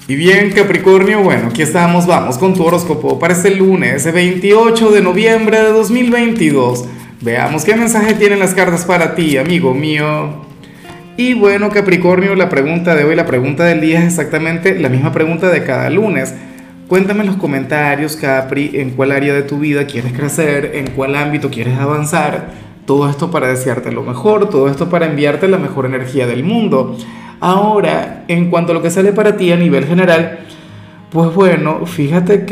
Y bien, Capricornio, bueno, aquí estamos, vamos con tu horóscopo para este lunes, 28 de noviembre de 2022. Veamos qué mensaje tienen las cartas para ti, amigo mío. Y bueno, Capricornio, la pregunta de hoy, la pregunta del día es exactamente la misma pregunta de cada lunes. Cuéntame en los comentarios, Capri, en cuál área de tu vida quieres crecer, en cuál ámbito quieres avanzar. Todo esto para desearte lo mejor, todo esto para enviarte la mejor energía del mundo. Ahora, en cuanto a lo que sale para ti a nivel general, pues bueno, fíjate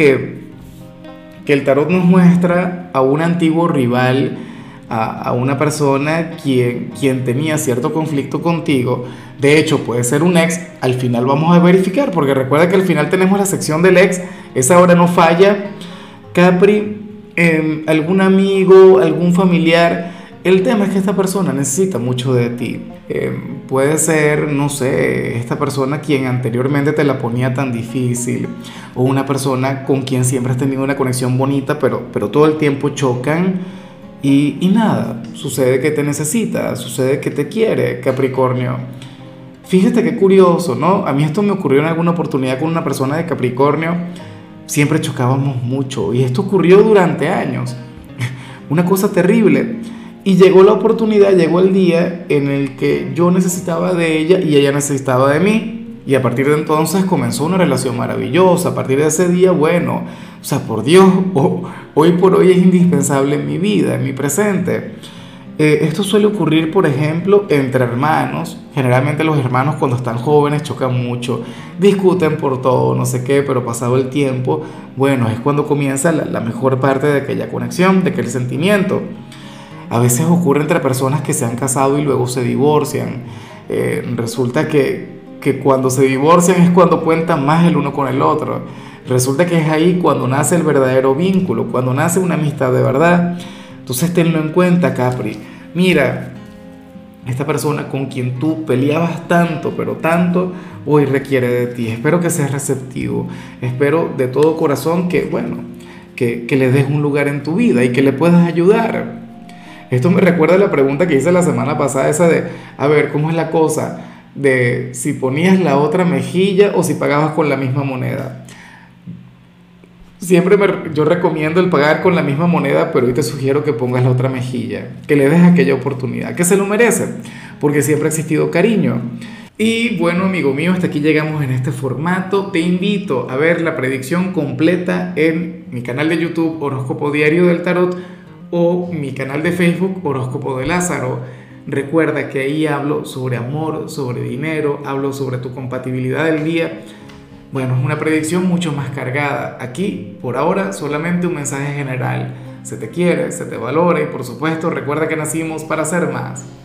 que el tarot nos muestra a un antiguo rival, a una persona quien tenía cierto conflicto contigo. De hecho, puede ser un ex. Al final vamos a verificar, porque recuerda que al final tenemos la sección del ex. Esa hora no falla. Capri, algún amigo, algún familiar. El tema es que esta persona necesita mucho de ti. Puede ser, no sé, esta persona quien anteriormente te la ponía tan difícil, o una persona con quien siempre has tenido una conexión bonita, pero todo el tiempo chocan y nada, sucede que te necesita, sucede que te quiere, Capricornio. Fíjate qué curioso, ¿no? A mí esto me ocurrió en alguna oportunidad con una persona de Capricornio. Siempre chocábamos mucho y esto ocurrió durante años. Una cosa terrible. Y llegó la oportunidad, llegó el día en el que yo necesitaba de ella y ella necesitaba de mí. Y a partir de entonces comenzó una relación maravillosa. A partir de ese día, bueno, o sea, por Dios, hoy por hoy es indispensable en mi vida, en mi presente. Esto suele ocurrir, por ejemplo, entre hermanos. Generalmente los hermanos cuando están jóvenes chocan mucho, discuten por todo, no sé qué, pero pasado el tiempo, bueno, es cuando comienza la mejor parte de aquella conexión, de aquel sentimiento. A veces ocurre entre personas que se han casado y luego se divorcian. Resulta que cuando se divorcian es cuando cuentan más el uno con el otro. Resulta que es ahí cuando nace el verdadero vínculo, cuando nace una amistad de verdad. Entonces tenlo en cuenta, Capri. Mira, esta persona con quien tú peleabas tanto, pero tanto, hoy requiere de ti. Espero que seas receptivo. Espero de todo corazón que, bueno, que le des un lugar en tu vida y que le puedas ayudar. Esto me recuerda a la pregunta que hice la semana pasada, esa de, a ver, ¿cómo es la cosa? De si ponías la otra mejilla o si pagabas con la misma moneda. Yo recomiendo el pagar con la misma moneda, pero hoy te sugiero que pongas la otra mejilla, que le des aquella oportunidad, que se lo merece, porque siempre ha existido cariño. Y bueno, amigo mío, hasta aquí llegamos en este formato. Te invito a ver la predicción completa en mi canal de YouTube Horóscopo Diario del Tarot o mi canal de Facebook Horóscopo de Lázaro. Recuerda que ahí hablo sobre amor, sobre dinero, hablo sobre tu compatibilidad del día. Bueno, es una predicción mucho más cargada. Aquí, por ahora, solamente un mensaje general. Se te quiere, se te valora y por supuesto recuerda que nacimos para ser más.